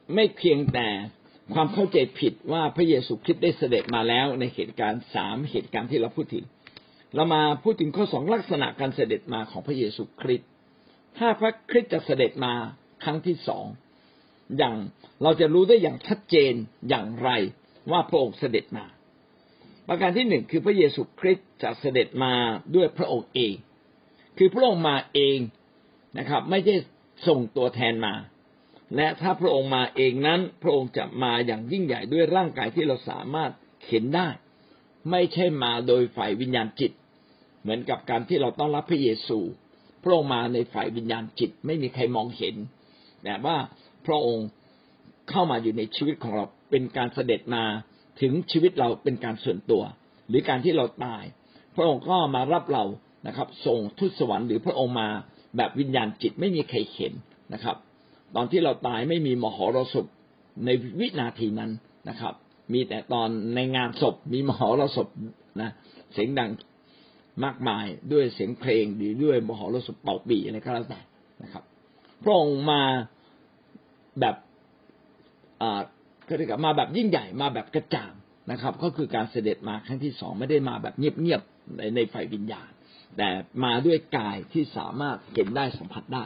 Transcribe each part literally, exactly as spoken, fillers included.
ไม่เพียงแต่ความเข้าใจผิดว่าพระเยซูคริสต์ได้เสด็จมาแล้วในเหตุการณ์สามเหตุการณ์ที่เราพูดถึงเรามาพูดถึงข้อสองลักษณะการเสด็จมาของพระเยซูคริสต์ถ้าพระคริสต์จะเสด็จมาครั้งที่สองอย่างเราจะรู้ได้อย่างชัดเจนอย่างไรว่าพระองค์เสด็จมาประการที่หนึ่งคือพระเยซูคริสต์จะเสด็จมาด้วยพระองค์เองคือพระองค์มาเองนะครับไม่ใช่ส่งตัวแทนมาและถ้าพระองค์มาเองนั้นพระองค์จะมาอย่างยิ่งใหญ่ด้วยร่างกายที่เราสามารถเห็นได้ไม่ใช่มาโดยฝ่ายวิญญาณจิตเหมือนกับการที่เราต้อนรับพระเยซูพระองค์มาในฝ่ายวิญญาณจิตไม่มีใครมองเห็นแต่ว่าพระองค์เข้ามาอยู่ในชีวิตของเราเป็นการเสด็จมาถึงชีวิตเราเป็นการส่วนตัวหรือการที่เราตายพระองค์ก็มารับเรานะครับส่งทูตสวรรค์หรือพระองค์มาแบบวิญญาณจิตไม่มีใครเห็นนะครับตอนที่เราตายไม่มีมหรสพในวินาทีนั้นนะครับมีแต่ตอนในงานศพมีมหรสพนะเสียงดังมากมายด้วยเสียงเพลงหรือด้วยมหรสพเป่าปี่อะไรก็แล้วแต่นะครับพระองค์มาแบบอ่าก็เรียกว่ามาแบบยิ่งใหญ่มาแบบกระจ่างนะครับก็คือการเสด็จมาครั้งที่สองไม่ได้มาแบบเงียบๆในในฝ่ายวิญญาณแต่มาด้วยกายที่สามารถเห็นได้สัมผัสได้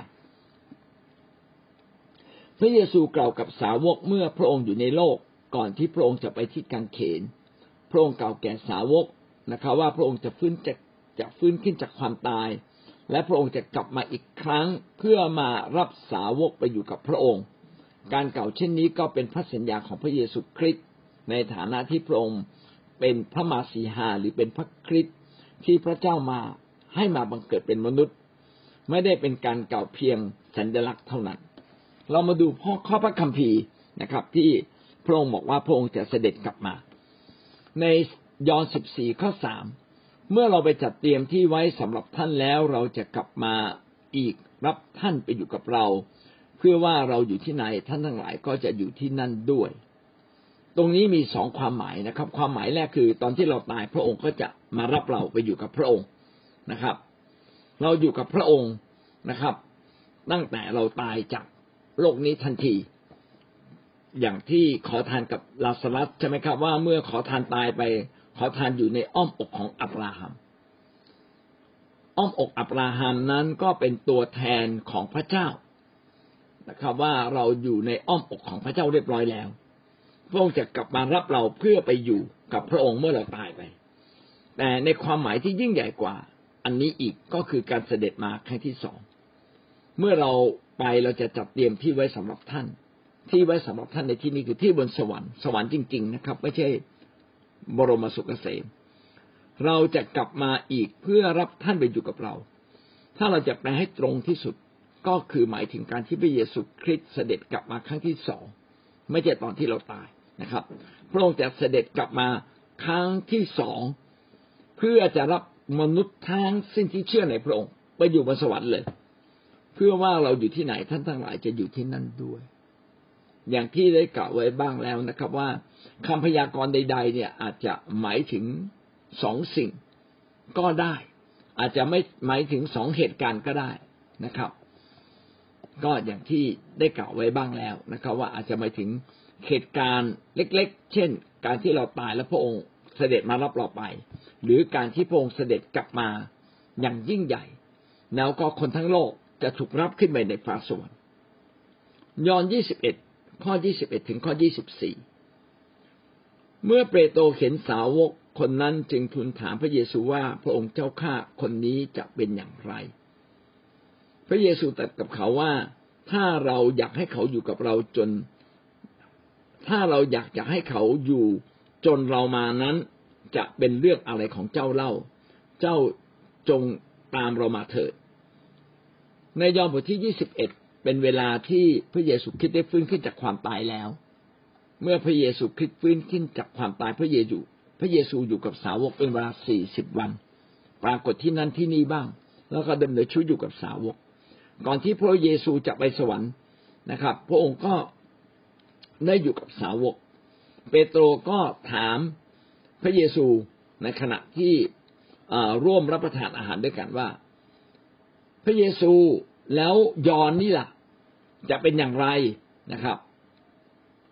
พระเยซูกล่าวกับสาวกเมื่อพระองค์อยู่ในโลกก่อนที่พระองค์จะไปที่กางเขนพระองค์กล่าวแก่สาวกนะครับว่าพระองค์จะฟื้นจะจะฟื้นขึ้นจากความตายและพระองค์จะกลับมาอีกครั้งเพื่อมารับสาวกไปอยู่กับพระองค์การกล่าวเช่นนี้ก็เป็นพระสัญญาของพระเยซูคริสต์ในฐานะที่พระองค์เป็นพระมาสีหาหรือเป็นพระคริสต์ที่พระเจ้ามาให้มาบังเกิดเป็นมนุษย์ไม่ได้เป็นการกล่าวเพียงสัญลักษณ์เท่านั้นเรามาดูข้อพระคัมภีร์นะครับที่พระองค์บอกว่าพระองค์จะเสด็จกลับมาในยอห์นสิบสี่ข้อสามเมื่อเราไปจัดเตรียมที่ไว้สำหรับท่านแล้วเราจะกลับมาอีกรับท่านไปอยู่กับเราเพื่อว่าเราอยู่ที่ไหนท่านทั้งหลายก็จะอยู่ที่นั่นด้วยตรงนี้มีสองความหมายนะครับความหมายแรกคือตอนที่เราตายพระองค์ก็จะมารับเราไปอยู่กับพระองค์นะครับเราอยู่กับพระองค์นะครับตั้งแต่เราตายจากโลกนี้ทันทีอย่างที่ขอทานกับลาซารัสใช่ไหมครับว่าเมื่อขอทานตายไปขอทานอยู่ในอ้อมอกของอับราฮัมอ้อมอกอับราฮัมนั้นก็เป็นตัวแทนของพระเจ้านะครับว่าเราอยู่ในอ้อมอกของพระเจ้าเรียบร้อยแล้วพระองค์จะกลับมารับเราเพื่อไปอยู่กับพระองค์เมื่อเราตายไปแต่ในความหมายที่ยิ่งใหญ่กว่าอันนี้อีกก็คือการเสด็จมาครั้งที่สองเมื่อเราไปเราจะจัดเตรียมที่ไว้สำหรับท่านที่ไว้สำหรับท่านในที่นี้คือที่บนสวรรค์สวรรค์จริงๆนะครับไม่ใช่บรมสุขเกษมเราจะกลับมาอีกเพื่อรับท่านไปอยู่กับเราถ้าเราจะแปลให้ตรงที่สุดก็คือหมายถึงการที่พระเยซูคริสต์เสด็จกลับมาครั้งที่สองไม่ใช่ตอนที่เราตายนะครับพระองค์จะเสด็จกลับมาครั้งที่สองเพื่อจะรับมนุษย์ทั้งสิ้นที่เชื่อในพระองค์ไปอยู่บนสวรรค์เลยเพื่อว่าเราอยู่ที่ไหนท่านทั้งหลายจะอยู่ที่นั่นด้วยอย่างที่ได้กล่าวไว้บ้างแล้วนะครับว่าคำพยากรณ์ใดๆเนี่ยอาจจะหมายถึงสองสิ่งก็ได้อาจจะไม่หมายถึงสองเหตุการณ์ก็ได้นะครับก็อย่างที่ได้กล่าวไว้บ้างแล้วนะครับว่าอาจจะหมายถึงเหตุการณ์เล็กๆเช่นการที่เราตายแล้วพระองค์เสด็จมารับเราไปหรือการที่พระองค์เสด็จกลับมาอย่างยิ่งใหญ่แล้วก็คนทั้งโลกจะถูกรับขึ้นไปในฟ้าสวรรค์ยอห์นยี่สิบเอ็ดข้อยี่สิบเอ็ดถึงข้อยี่สิบสี่เมื่อเปโตรเห็นสาวกคนนั้นจึงทูลถามพระเยซูว่าพระองค์เจ้าข้าคนนี้จะเป็นอย่างไรพระเยซูตรัสกับเขาว่าถ้าเราอยากให้เขาอยู่กับเราจนถ้าเราอยากจะให้เขาอยู่จนเรามานั้นจะเป็นเรื่องอะไรของเจ้าเล่าเจ้าจงตามเรามาเถิดในยอห์นบทที่ยี่สิบเอ็ดเป็นเวลาที่พระเยซูคริสต์ได้ฟื้นขึ้นจากความตายแล้วเมื่อพระเยซูคริสต์ฟื้นขึ้นจากความตายพระเยซูพระเยซูอยู่กับสาวกเป็นเวลาสี่สิบวันปรากฏที่นั่นที่นี่บ้างแล้วก็ดำเนินชีวิตอยู่กับสาวกก่อนที่พระเยซูจะไปสวรรค์นะครับพระองค์ก็ได้อยู่กับสาวกเปโตรก็ถามพระเยซูในขณะที่ร่วมรับประทานอาหารด้วยกันว่าพระเยซูแล้วยอห์นนี่ล่ะจะเป็นอย่างไรนะครับ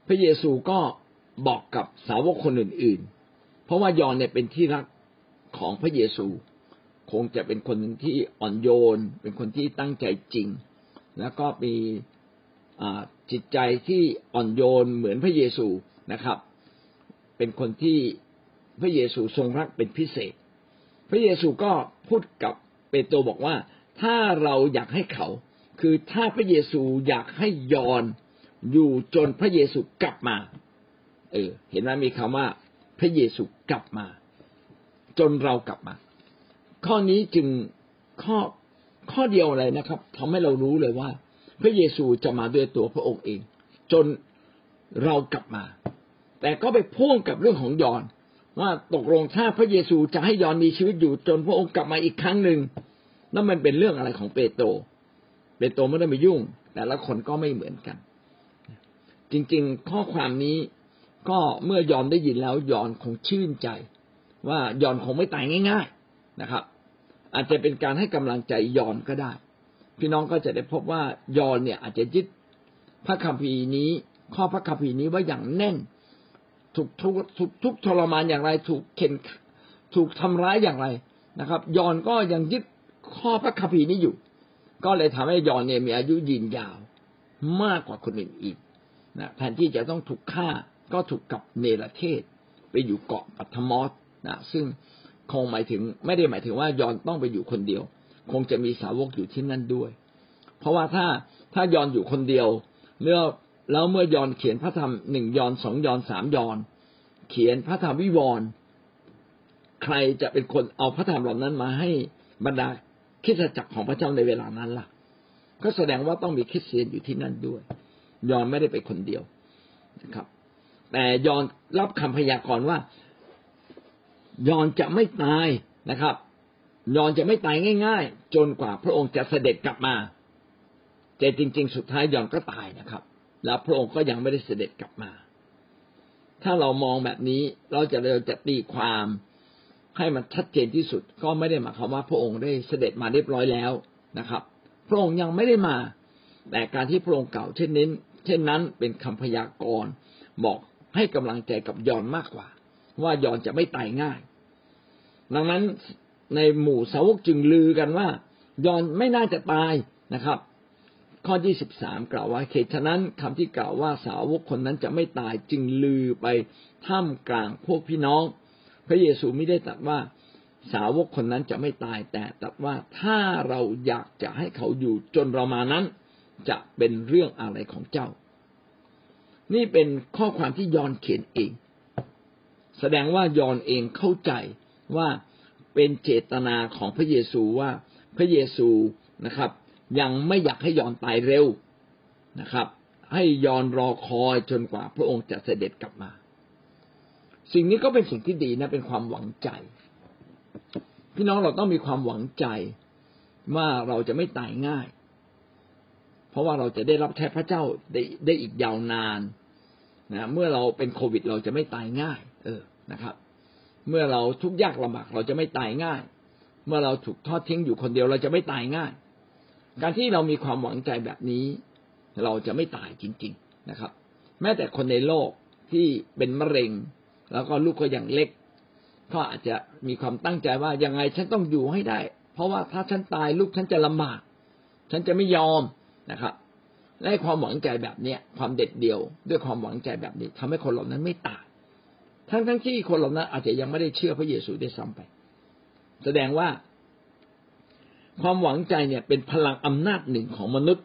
พระเยซูก็บอกกับสาวกคนอื่นๆเพราะว่ายอห์นเนี่ยเป็นที่รักของพระเยซูคงจะเป็นคนที่อ่อนโยนเป็นคนที่ตั้งใจจริงแล้วก็มีจิตใจที่อ่อนโยนเหมือนพระเยซูนะครับเป็นคนที่พระเยซูทรงรักเป็นพิเศษพระเยซูก็พูดกับเปโตรบอกว่าถ้าเราอยากให้เขาคือถ้าพระเยซูอยากให้ยอห์นอยู่จนพระเยซูกลับมาเออเห็นไหมมีคำว่าพระเยซูกลับมาจนเรากลับมาข้อนี้จึงข้อข้อเดียวอะไรนะครับทำให้เรารู้เลยว่าพระเยซูจะมาด้วยตัวพระองค์เองจนเรากลับมาแต่ก็ไปพ่วงกับเรื่องของยอห์นว่าตกลงถ้าพระเยซูจะให้ยอห์นมีชีวิตอยู่จนพระองค์กลับมาอีกครั้งหนึ่งนั่นมันเป็นเรื่องอะไรของเปโตรเปโตรไม่ได้มายุ่งแต่ละคนก็ไม่เหมือนกันจริงๆข้อความนี้ก็เมื่อยอห์นได้ยินแล้วยอห์นคงชื่นใจว่ายอห์นคงไม่ตายง่ายๆนะครับอาจจะเป็นการให้กำลังใจยอห์นก็ได้พี่น้องก็จะได้พบว่ายอห์นเนี่ยอาจจะยึดพระคัมภีร์นี้ข้อพระคัมภีร์นี้ไว้อย่างแน่นถูกทุกทุกทุกทรมานอย่างไรถูกเข็นถูกทำร้ายอย่างไรนะครับยอห์นก็ยังยึดข้อพระคัมภีร์นี้อยู่ก็เลยทำให้ยอห์นเนี่ยมีอายุยืนยาวมากกว่าคนอื่นอีกนะแทนที่จะต้องถูกฆ่าก็ถูกกับเนรเทศไปอยู่เกาะปัทมอสนะซึ่งคงหมายถึงไม่ได้หมายถึงว่ายอห์นต้องไปอยู่คนเดียวคงจะมีสาวกอยู่ที่นั่นด้วยเพราะว่าถ้าถ้ายอห์นอยู่คนเดียวเมื่อแล้วเมื่อยอห์นเขียนพระธรรมหนึ่งยอห์นสองยอห์นสามยอห์นเขียนพระธรรมวิวรณ์ใครจะเป็นคนเอาพระธรรมเหล่านั้นมาให้บรรดาคริสตจักรของพระเจ้าในเวลานั้นล่ะก็แสดงว่าต้องมีคริสเตียนอยู่ที่นั่นด้วยยอห์นไม่ได้ไปคนเดียวนะครับแต่ยอห์นรับคำพยากรณ์ว่ายอห์นจะไม่ตายนะครับยอห์นจะไม่ตายง่ายๆจนกว่าพระองค์จะเสด็จกลับมาแต่จริงๆสุดท้ายยอห์นก็ตายนะครับแล้วพระองค์ก็ยังไม่ได้เสด็จกลับมาถ้าเรามองแบบนี้เราจะเราจะตีความให้มันชัดเจนที่สุดก็ไม่ได้หมายความว่าพระองค์ได้เสด็จมาเรียบร้อยแล้วนะครับพระองค์ยังไม่ได้มาแต่การที่พระองค์กล่าวเช่นนี้เช่นนั้นเป็นคำพยากรณ์บอกให้กำลังใจกับยอห์นมากกว่าว่ายอห์นจะไม่ตายง่ายดังนั้นในหมู่สาวกจึงลือกันว่ายอห์นไม่น่าจะตายนะครับข้อที่สิบสามกล่าวว่าเหตุฉะนั้นคำที่กล่าวว่าสาวกคนนั้นจะไม่ตายจึงลือไปท่ามกลางพวกพี่น้องพระเยซูไม่ได้ตรัสว่าสาวกคนนั้นจะไม่ตายแต่ตรัสว่าถ้าเราอยากจะให้เขาอยู่จนเรามานั้นจะเป็นเรื่องอะไรของเจ้านี่เป็นข้อความที่ยอห์นเขียนเองแสดงว่ายอห์นเองเข้าใจว่าเป็นเจตนาของพระเยซูว่าพระเยซูนะครับยังไม่อยากให้ยอห์นตายเร็วนะครับให้ยอห์นรอคอยจนกว่าพระองค์จะเสด็จกลับมาสิ่งนี้ก็เป็นสิ่งที่ดีนะเป็นความหวังใจพี่น้องเราต้องมีความหวังใจว่าเราจะไม่ตายง่ายเพราะว่าเราจะได้รับใช้พระเจ้าได้ได้อีกยาวนานนะเมื่อเราเป็นโควิดเราจะไม่ตายง่ายเออนะครับเมื่อเราทุกข์ยากลำบากเราจะไม่ตายง่ายเมื่อเราถูกทอดทิ้งอยู่คนเดียวเราจะไม่ตายง่ายการที่เรามีความหวังใจแบบนี้เราจะไม่ตายจริงๆนะครับแม้แต่คนในโลกที่เป็นมะเร็งแล้วก็ลูกก็ยังเล็กก็อาจจะมีความตั้งใจว่ายังไงฉันต้องอยู่ให้ได้เพราะว่าถ้าฉันตายลูกฉันจะลำบากฉันจะไม่ยอมนะครับและความหวังใจแบบนี้ความเด็ดเดี่ยวด้วยความหวังใจแบบนี้ทำให้คนเหล่านั้นไม่ตายทั้งทั้งที่คนเหล่านั้นอาจจะยังไม่ได้เชื่อพระเยซูได้ซ้ำไปแสดงว่าความหวังใจเนี่ยเป็นพลังอำนาจหนึ่งของมนุษย์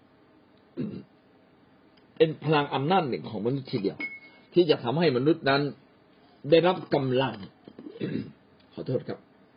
เป็นพลังอำนาจหนึ่งของมนุษย์ทีเดียวที่จะทำให้มนุษย์นั้นได้รับกำลัง ขอโทษครับ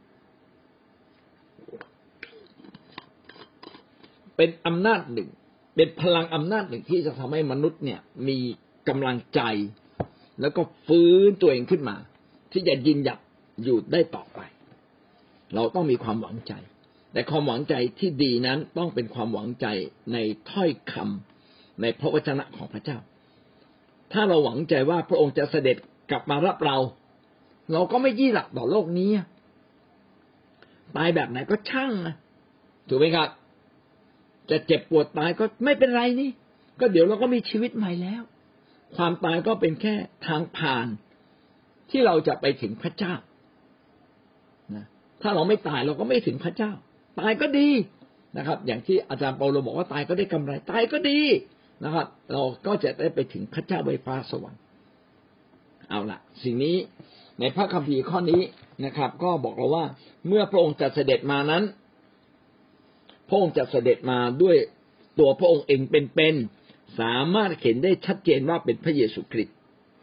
เป็นอำนาจหนึ่งเป็นพลังอำนาจหนึ่งที่จะทำให้มนุษย์เนี่ยมีกำลังใจแล้วก็ฟื้นตัวเองขึ้นมาที่จะยืนหยัดอยู่ได้ต่อไปเราต้องมีความหวังใจแต่ความหวังใจที่ดีนั้นต้องเป็นความหวังใจในถ้อยคำในพระวจนะของพระเจ้าถ้าเราหวังใจว่าพระองค์จะเสด็จกลับมารับเราเราก็ไม่ยี่หลักต่อโลกนี้ตายแบบไหนก็ช่างนะถูกไหมครับจะเจ็บปวดตายก็ไม่เป็นไรนี่ก็เดี๋ยวเราก็มีชีวิตใหม่แล้วความตายก็เป็นแค่ทางผ่านที่เราจะไปถึงพระเจ้านะถ้าเราไม่ตายเราก็ไม่ถึงพระเจ้าตายก็ดีนะครับอย่างที่อาจารย์เปาโลบอกว่าตายก็ได้กำไรตายก็ดีนะครับเราก็จะได้ไปถึงพระเจ้าบนฟ้าสวรรค์เอาล่ะสิ่งนี้ในพระคัมภีร์ข้อนี้นะครับก็บอกเราว่าเมื่อพระองค์จะเสด็จมานั้นพระองค์จะเสด็จมาด้วยตัวพระองค์เองเป็นๆสามารถเห็นได้ชัดเจนว่าเป็นพระเยซูคริสต์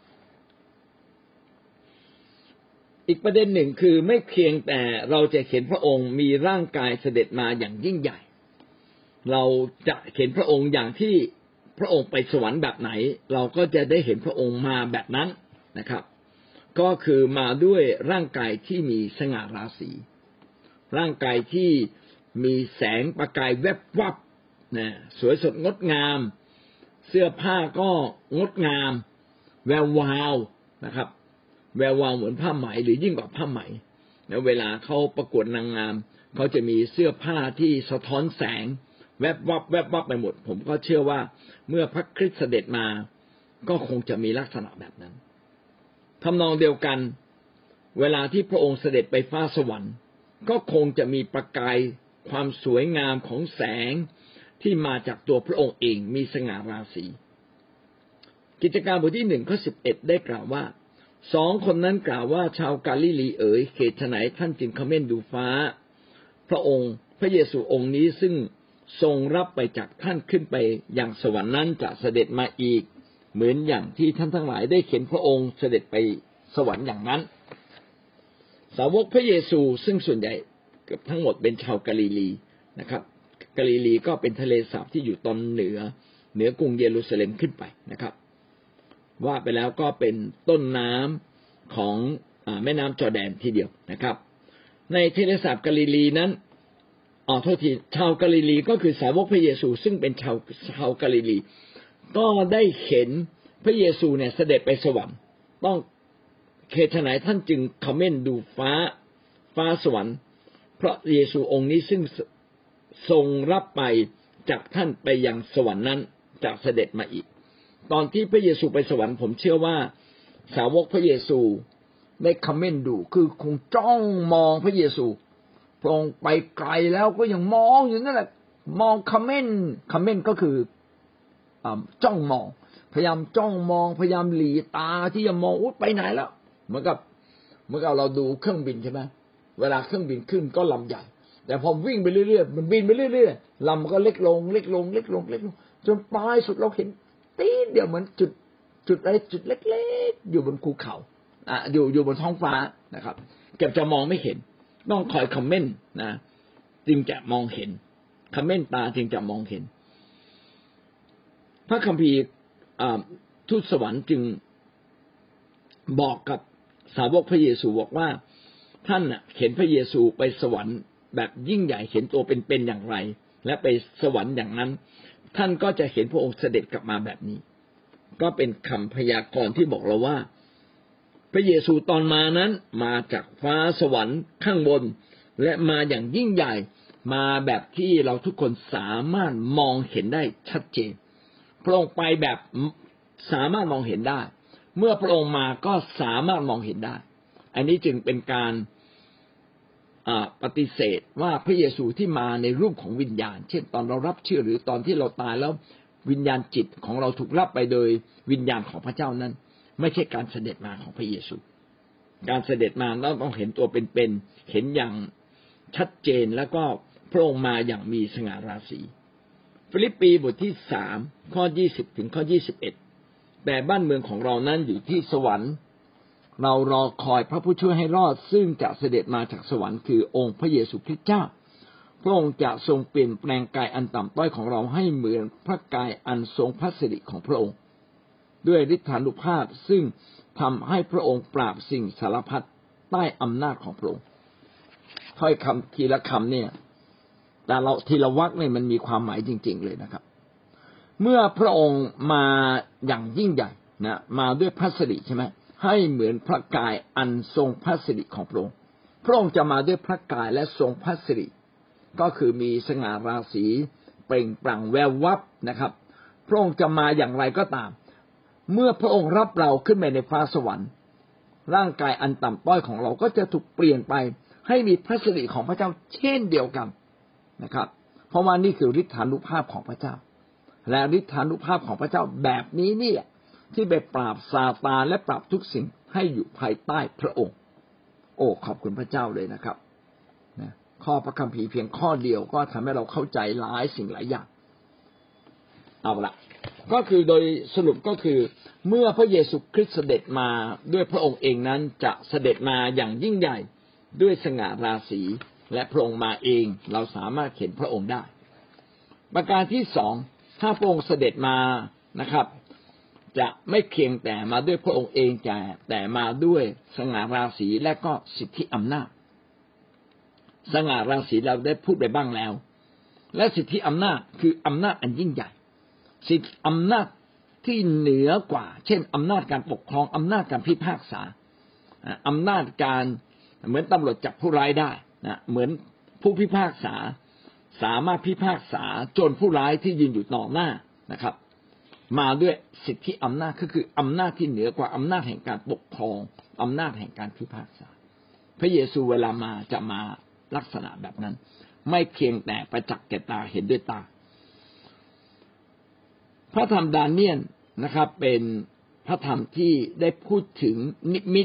อีกประเด็นหนึ่งคือไม่เพียงแต่เราจะเห็นพระองค์มีร่างกายเสด็จมาอย่างยิ่งใหญ่เราจะเห็นพระองค์อย่างที่พระองค์ไปสวรรค์แบบไหนเราก็จะได้เห็นพระองค์มาแบบนั้นนะครับก็คือมาด้วยร่างกายที่มีสง่าราศีร่างกายที่มีแสงประกายแวบวับนะสวยสดงดงามเสื้อผ้าก็งดงามแวววาวนะครับแวววาวเหมือนผ้าไหมหรือยิ่งกว่าผ้าไหมแล้วเวลาเขาประกวดนางงามเขาจะมีเสื้อผ้าที่สะท้อนแสงแวบวับแวบวับไปหมดผมก็เชื่อว่าเมื่อพระคริสต์เสด็จมาก็คงจะมีลักษณะแบบนั้นทำนองเดียวกันเวลาที่พระองค์เสด็จไปฟ้าสวรรค์ก็คงจะมีประกายความสวยงามของแสงที่มาจากตัวพระองค์เองมีสง่าราศีกิจการบทที่หนึ่งข้อสิบเอ็ดได้กล่าวว่าสองคนนั้นกล่าวว่าชาวกาลิลีเอ๋ยเหตุไฉนท่านจึงคำเม่นดูฟ้าพระองค์พระเยซูองค์นี้ซึ่งทรงรับไปจากท่านขึ้นไปยังสวรรค์นั้นจะเสด็จมาอีกเหมือนอย่างที่ท่านทั้งหลายได้เห็นพระองค์เสด็จไปสวรรค์อย่างนั้นสาวกพระเยซูซึ่งส่วนใหญ่เกือบทั้งหมดเป็นชาวกาลิลีนะครับกาลิลีก็เป็นทะเลสาบที่อยู่ตอนเหนือเหนือกรุงเยรูซาเล็มขึ้นไปนะครับว่าไปแล้วก็เป็นต้นน้ำของแม่น้ำจอร์แดนทีเดียวนะครับในทะเลสาบกาลิลีนั้นอ๋อโทษทีชาวกาลิลีก็คือสาวกพระเยซูซึ่งเป็นชาวชาวกาลิลีก็ได้เห็นพระเยซูเนี่ยเสด็จไปสวรรค์ต้องเหตุไฉนท่านจึงคอมเมนต์ดูฟ้าฟ้าสวรรค์เพราะเยซูองค์นี้ซึ่งทรงรับไปจากท่านไปยังสวรรค์นั้นจะเสด็จมาอีกตอนที่พระเยซูไปสวรรค์ผมเชื่อว่าสาวกพระเยซูได้คอมเมนต์ดูคือคงจ้องมองพระเยซูพระองค์ไปไกลแล้วก็ยังมองอยู่นั่นแหละมองคอมเมนต์คอมเมนต์ก็คือจ้องมองพยายามจ้องมองพยายามหลีตาที่จะมองไปไหนแล้วเหมือนกับเหมือนกับเราดูเครื่องบินใช่ไหมเวลาเครื่องบินขึ้นก็ลำใหญ่แต่พอวิ่งไปเรื่อยๆมันบินไปเรื่อยๆลำมันก็เล็กลงเล็กลงเล็กลงเล็กลงจนปลายสุดเราเห็นตีนเดียวเหมือนจุดจุดอะไรจุดเล็กๆอยู่บนภูเขาอ่ะอยู่อยู่บนท้องฟ้านะครับเก็บจะมองไม่เห็นต้องคอยคอมเมนต์นะจึงจะมองเห็นคอมเมนต์ตาจึงจะมองเห็นพระคัมภีร์ทูตสวรรค์จึงบอกกับสาวกพระเยซูบอกว่าท่านเห็นพระเยซูไปสวรรค์แบบยิ่งใหญ่เห็นตัวเป็นๆอย่างไรและไปสวรรค์อย่างนั้นท่านก็จะเห็นพระองค์เสด็จกลับมาแบบนี้ก็เป็นคำพยากรณ์ที่บอกเราว่าพระเยซูตอนมานั้นมาจากฟ้าสวรรค์ข้างบนและมาอย่างยิ่งใหญ่มาแบบที่เราทุกคนสามารถมองเห็นได้ชัดเจนพระองค์ไปแบบสามารถมองเห็นได้เมื่อพระองค์มาก็สามารถมองเห็นได้อันนี้จึงเป็นการปฏิเสธว่าพระเยซูที่มาในรูปของวิญญาณเช่นตอนเรารับเชื่อหรือตอนที่เราตายแล้ววิญญาณจิตของเราถูกรับไปโดยวิญญาณของพระเจ้านั้นไม่ใช่การเสด็จมาของพระเยซูการเสด็จมาเราต้องเห็นตัวเป็นๆเห็นอย่างชัดเจนแล้วก็พระองค์มาอย่างมีสง่าราศีฟิลิปปีบทที่สามข้อยี่สิบถึงข้อยี่สิบเอ็ดแต่บ้านเมืองของเรานั้นอยู่ที่สวรรค์เรารอคอยพระผู้ช่วยให้รอดซึ่งจะเสด็จมาจากสวรรค์คือองค์พระเยซูคริสต์เจ้าพระองค์จะทรงเปลี่ยนแปลงกายอันต่ำต้อยของเราให้เหมือนพระกายอันทรงพระสิริของพระองค์ด้วยฤทธานุภาพซึ่งทำให้พระองค์ปราบสิ่งสารพัดใต้อำนาจของพระองค์ถ้อยคำทีละคำเนี่ยแต่เราทีละวรรคเนี่ยมันมีความหมายจริงๆเลยนะครับเมื่อพระองค์มาอย่างยิ่งใหญ่นะมาด้วยพระสิริใช่ไหมให้เหมือนพระกายอันทรงพระสิริของพระองค์พระองค์จะมาด้วยพระกายและทรงพระสิริก็คือมีสง่าราศีเปล่งปลั่งแวววับนะครับพระองค์จะมาอย่างไรก็ตามเมื่อพระองค์รับเราขึ้นไปในฟ้าสวรรค์ร่างกายอันต่ำต้อยของเราก็จะถูกเปลี่ยนไปให้มีพระสิริของพระเจ้าเช่นเดียวกันนะครับเพราะว่านี่คือฤทธานุภาพของพระเจ้าและฤทธานุภาพของพระเจ้าแบบนี้นี่ที่ไปปราบซาตานและปราบทุกสิ่งให้อยู่ภายใต้พระองค์โอ้ขอบคุณพระเจ้าเลยนะครับนะข้อพระคัมภีร์เพียงข้อเดียวก็ทำให้เราเข้าใจหลายสิ่งหลายอย่างเอาละก็คือโดยสรุปก็คือเมื่อพระเยซูคริสต์เสด็จมาด้วยพระองค์เองนั้นจะเสด็จมาอย่างยิ่งใหญ่ด้วยสง่าราศีและพระองค์มาเองเราสามารถเห็นพระองค์ได้ประการที่สองถ้าพระองค์เสด็จมานะครับจะไม่เพียงแต่มาด้วยพระองค์เองแต่แต่มาด้วยสง่าราศีและก็สิทธิอำนาจสง่าราศีเราได้พูดไปบ้างแล้วและสิทธิอำนาจคืออำนาจอันยิ่งใหญ่สิทธิอำนาจที่เหนือกว่าเช่นอำนาจการปกครองอำนาจการพิพากษาอำนาจการเหมือนตำรวจจับผู้ร้ายได้นะเหมือนผู้พิพากษาสามารถพิพากษาโจรผู้ร้ายที่ยืนอยู่ต่อหน้านะครับมาด้วยสิทธิอำนาจก็คืออำนาจที่เหนือกว่าอำนาจแห่งการปกครองอำนาจแห่งการพิพากษาพระเยซูเวลามาจะมาลักษณะแบบนั้นไม่เพียงแต่ประจักษ์แก่ตาเห็นด้วยตาพระธรรมดาเนียลนะครับเป็นพระธรรมที่ได้พูดถึงนิมิต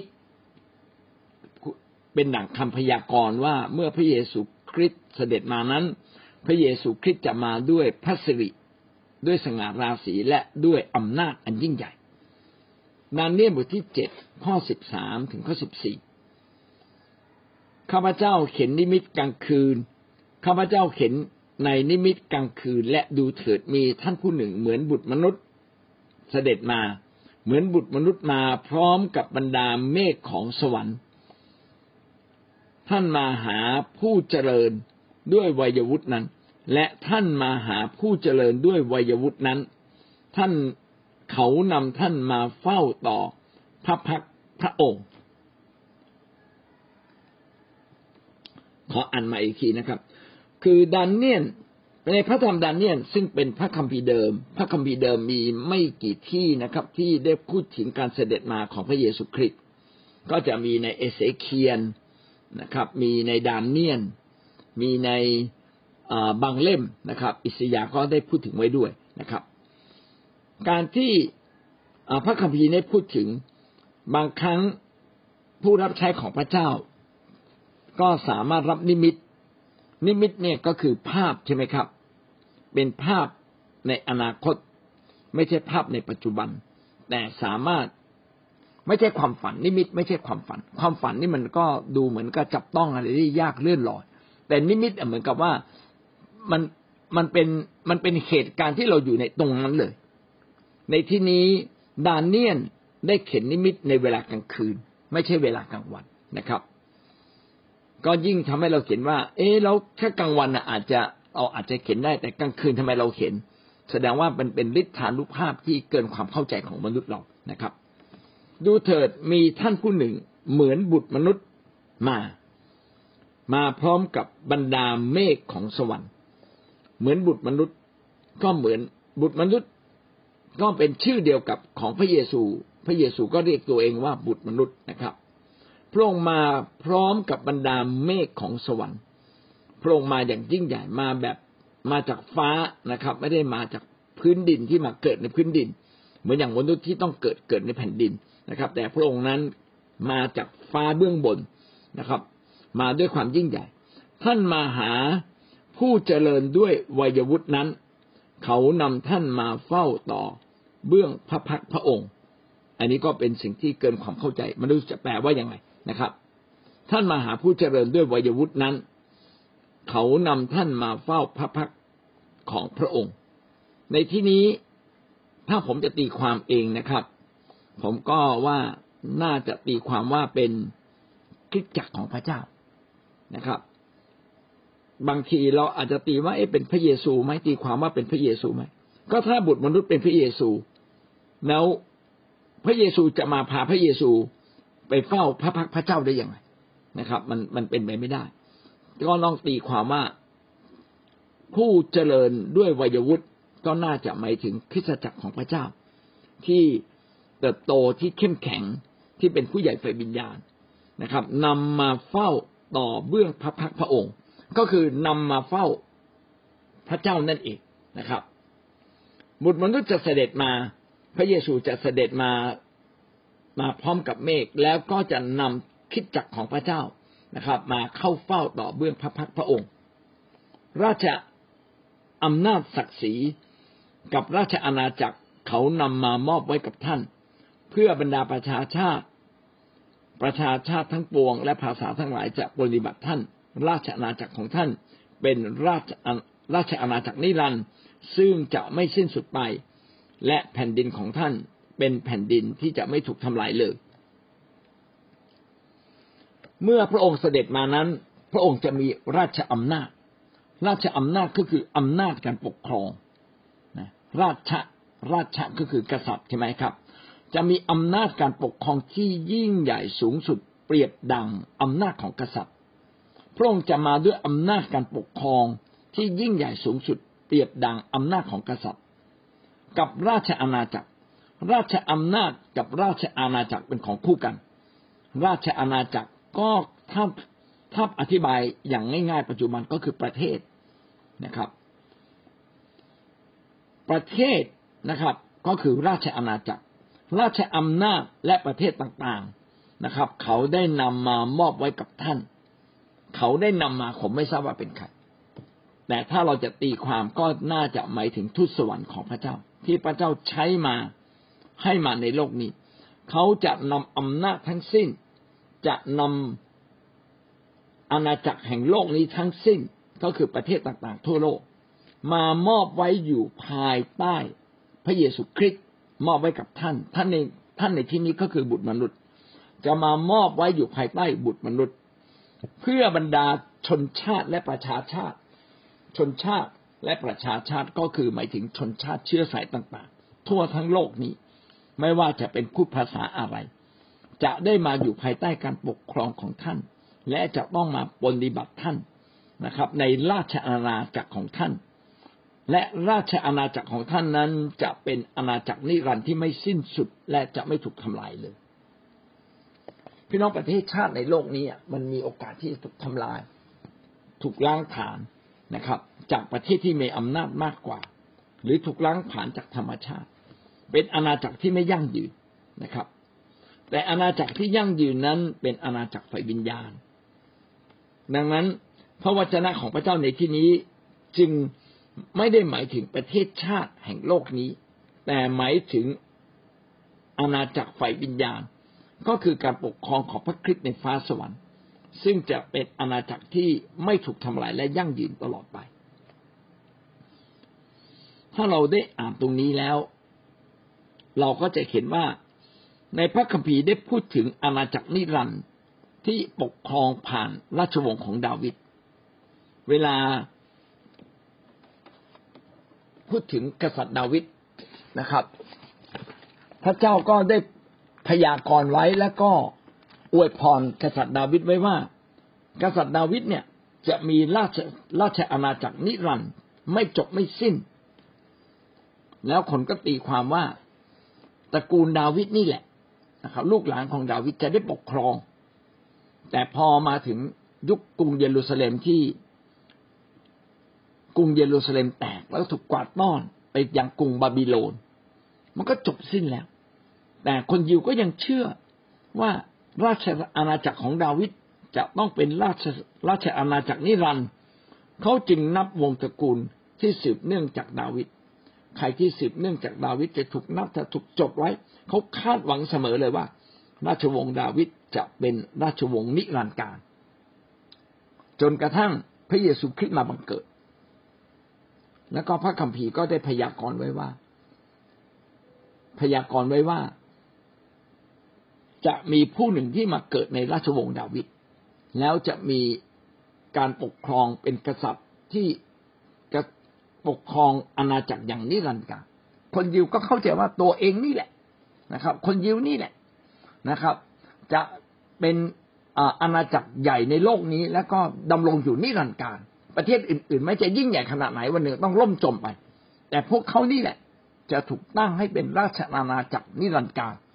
เป็นหนังคำพยากรณ์ว่าเมื่อพระเยซูคริสต์เสด็จมานั้นพระเยซูคริสต์จะมาด้วยพระสิริด้วยสง่าราศีและด้วยอำนาจอันยิ่งใหญ่ดาเนียลบทที่เจ็ดข้อสิบสามถึงข้อสิบสี่ข้าพเจ้าเห็นนิมิตกลางคืนข้าพเจ้าเห็นในนิมิตกลางคืนและดูเถิดมีท่านผู้หนึ่งเหมือนบุตรมนุษย์เสด็จมาเหมือนบุตรมนุษย์มาพร้อมกับบรรดาเมฆของสวรรค์ท่านมาหาผู้เจริญด้วยวัยวุฒินั้นและท่านมาหาผู้เจริญด้วยวัยวุฒินั้นท่านเขานำท่านมาเฝ้าต่อพระพักพระองค์ขออ่านมาอีกทีนะครับคือดาเนียลในพระธรรมดาเนียลซึ่งเป็นพระคัมภีร์เดิมพระคัมภีร์เดิมมีไม่กี่ที่นะครับที่ได้พูดถึงการเสด็จมาของพระเยซูคริสต์ก็จะมีในเอเสเคียลนะครับมีในดาเนียลมีในบางเล่มนะครับอิสยาห์ก็ได้พูดถึงไว้ด้วยนะครับการที่พระคัมภีร์ได้พูดถึงบางครั้งผู้รับใช้ของพระเจ้าก็สามารถรับนิมิตนิมิตเนี่ยก็คือภาพใช่ไหมครับเป็นภาพในอนาคตไม่ใช่ภาพในปัจจุบันแต่สามารถไม่ใช่ความฝันนิมิตไม่ใช่ความฝันความฝันนี่มันก็ดูเหมือนกับจับต้องอะไรได้ยากเลื่อนลอยแต่นิมิตเหมือนกับว่ามันมันเป็นมันเป็นเหตุการณ์ที่เราอยู่ในตรงนั้นเลยในที่นี้ดาเนียลได้เห็นนิมิตในเวลากลางคืนไม่ใช่เวลากลางวันนะครับก็ยิ่งทำให้เราเห็นว่าเอ๊ะแล้วถ้ากลางวันน่ะอาจจะเราอาจจะเห็นได้แต่กลางคืนทำไมเราเห็นแสดงว่ามันเป็นฤทธานุภาพที่เกินความเข้าใจของมนุษย์เรานะครับดูเถิดมีท่านผู้หนึ่งเหมือนบุตรมนุษย์มามาพร้อมกับบรรดาเมฆของสวรรค์เหมือนบุตรมนุษย์ก็เหมือนบุตรมนุษย์ก็เป็นชื่อเดียวกับของพระเยซูพระเยซูก็เรียกตัวเองว่าบุตรมนุษย์นะครับพระองค์มาพร้อมกับบรรดาเมฆของสวรรค์พระองค์มาอย่างยิ่งใหญ่มาแบบมาจากฟ้านะครับไม่ได้มาจากพื้นดินที่มาเกิดในพื้นดินเหมือนอย่างมนุษย์ที่ต้องเกิดเกิดในแผ่นดินนะครับแต่พระองค์นั้นมาจากฟ้าเบื้องบนนะครับมาด้วยความยิ่งใหญ่ท่านมาหาผู้เจริญด้วยวัยวุฒินั้นเขานำท่านมาเฝ้าต่อเบื้องพระพักตร์พระองค์อันนี้ก็เป็นสิ่งที่เกินความเข้าใจไม่รู้จะแปลว่ายังไงนะครับท่านมาหาผู้เจริญด้วยวัยวุฒินั้นเขานำท่านมาเฝ้าพระพักตร์ของพระองค์ในที่นี้ถ้าผมจะตีความเองนะครับผมก็ว่าน่าจะตีความว่าเป็นคริสตจักรของพระเจ้านะครับบางทีเราอาจจะตีว่าเอ๊ะเป็นพระเยซูไหมตีความว่าเป็นพระเยซูไหมก็ถ้าบุตรมนุษย์เป็นพระเยซูแล้วพระเยซูจะมาพาพระเยซูไปเฝ้าพระพักตร์พระเจ้าได้ยังไงนะครับมันมันเป็นไปไม่ได้ก็ลองตีความว่าผู้เจริญด้วยวัยวุฒิก็น่าจะหมายถึงคริสตจักรของพระเจ้าที่เติบโตที่เข้มแข็งที่เป็นผู้ใหญ่ฝ่ายวิญญาณนะครับนำมาเฝ้าต่อเบื้องพระพักตร์พระองค์ก็คือนำมาเฝ้าพระเจ้านั่นเองนะครับบุตรมนุษย์จะเสด็จมาพระเยซูจะเสด็จมามาพร้อมกับเมฆแล้วก็จะนำคริสตจักรของพระเจ้านะครับมาเข้าเฝ้าต่อเบื้องพระพักตร์พระองค์ราชอำนาจศักดิ์ศรีกับราชอาณาจักรเขานำมามอบไว้กับท่านเพื่อบรรดาประชาชาติประชาชาติทั้งปวงและภาษาทั้งหลายจะปฏิบัติท่านราชอาณาจักรของท่านเป็นราชราชอาณาจักรนิรันดร์ซึ่งจะไม่สิ้นสุดไปและแผ่นดินของท่านเป็นแผ่นดินที่จะไม่ถูกทำลายเลยเมื่อพระองค์เสด็จมานั้นพระองค์จะมีราชอำนาจราชอำนาจก็คืออำนาจการปกครองนะราชราชก็คือกษัตริย์ใช่ไหมครับจะมีอำนาจการปกครองที่ยิ่งใหญ่สูงสุดเปรียบดังอำนาจของกษัตริย์พระองค์จะมาด้วยอำนาจการปกครองที่ยิ่งใหญ่สูงสุดเปรียบดังอำนาจของกษัตริย์กับราชอาณาจักรราชอำนาจกับราชอาณาจักรเป็นของคู่กันราชอาณาจักรก็ถ้าถ้าอธิบายอย่างง่ายๆปัจจุบันก็คือประเทศนะครับประเทศนะครับก็คือราชอาณาจักรราชอำนาจและประเทศต่างๆนะครับเขาได้นำมามอบไว้กับท่านเขาได้นำมาผมไม่ทราบว่าเป็นใครแต่ถ้าเราจะตีความก็น่าจะหมายถึงทูตสวรรค์ของพระเจ้าที่พระเจ้าใช้มาให้มาในโลกนี้เขาจะนำอำนาจทั้งสิ้นจะนำอาณาจักรแห่งโลกนี้ทั้งสิ้นก็คือประเทศต่างๆทั่วโลกมามอบไว้อยู่ภายใต้พระเยซูคริสต์มอบไว้กับท่านท่านในท่านในที่นี้ก็คือบุตรมนุษย์จะมามอบไว้อยู่ภายใต้บุตรมนุษย์เพื่อบรรดาชนชาติและประชาชาติชนชาติและประชาชาติก็คือหมายถึงชนชาติเชื้อสายต่างๆทั่วทั้งโลกนี้ไม่ว่าจะเป็นพูดภาษาอะไรจะได้มาอยู่ภายใต้การปกครองของท่านและจะต้องมาปฏิบัติท่านนะครับในราชอาณาจักรของท่านและราชอาณาจักรของท่านนั้นจะเป็นอาณาจักรนิรันดร์ที่ไม่สิ้นสุดและจะไม่ถูกทำลายเลยพี่น้องประเทศชาติในโลกนี้มันมีโอกาสที่จะถูกทำลายถูกล้างผลาญนะครับจากประเทศที่มีอำนาจมากกว่าหรือถูกล้างผลาญจากธรรมชาติเป็นอาณาจักรที่ไม่ยั่งยืนนะครับแต่อาณาจักรที่ยั่งยืนนั้นเป็นอาณาจักรฝ่ายวิญญาณดังนั้นพระวจนะของพระเจ้าในที่นี้จึงไม่ได้หมายถึงประเทศชาติแห่งโลกนี้แต่หมายถึงอาณาจักรฝ่ายวิญญาณก็คือการปกครองของพระคริสต์ในฟ้าสวรรค์ซึ่งจะเป็นอาณาจักรที่ไม่ถูกทำลายและยั่งยืนตลอดไปถ้าเราได้อ่านตรงนี้แล้วเราก็จะเห็นว่าในพระคัมภีร์ได้พูดถึงอาณาจักรนิรันดร์ที่ปกครองผ่านราชวงศ์ของดาวิดเวลาพูดถึงกษัตริย์ดาวิดนะครับพระเจ้าก็ได้พยากรณ์ไว้แล้วก็อวยพรกษัตริย์ดาวิดไว้ว่ากษัตริย์ดาวิดเนี่ยจะมีราชราชอาณาจักรนิรันดร์ไม่จบไม่สิ้นแล้วคนก็ตีความว่าตระกูลดาวิดนี่แหละนะครับลูกหลานของดาวิดจะได้ปกครองแต่พอมาถึงยุคกรุงเยรูซาเล็มที่กรุงเยรูซาเล็มแตกแล้วถูกกวาดต้อนไปยังกรุงบาบิโลนมันก็จบสิ้นแล้วแต่คนยิวก็ยังเชื่อว่าราชอาณาจักรของดาวิดจะต้องเป็นราชราชอาณาจักรนิรันดร์เขาจึงนับวงตระกูลที่สืบเนื่องจากดาวิดใครที่สืบเนื่องจากดาวิดจะถูกนับจะถูกจดไว้เขาคาดหวังเสมอเลยว่าราชวงศ์ดาวิดจะเป็นราชวงศ์นิรันดร์กาลจนกระทั่งพระเยซูคริสต์มาบังเกิดแล้วก็พระคัมภีร์ก็ได้พยากรณ์ไว้ว่าพยากรณ์ไว้ว่าจะมีผู้หนึ่งที่มาเกิดในราชวงศ์ดาวิดแล้วจะมีการปกครองเป็นกษัตริย์ที่ปกครองอาณาจักรอย่างนิรันดร์กาลคนยิวก็เข้าใจว่าตัวเองนี่แหละนะครับคนยิวนี่แหละนะครับจะเป็นอาณาจักรใหญ่ในโลกนี้แล้วก็ดำรงอยู่นิรันดร์กาลประเทศอื่นๆไม่จะยิ่งใหญ่ขนาดไหนวันหนึ่งต้องล่มจมไปแต่พวกเขานี่แหละจะถูกตั้งให้เป็นราชอาณาจักรนิรันดร์กาล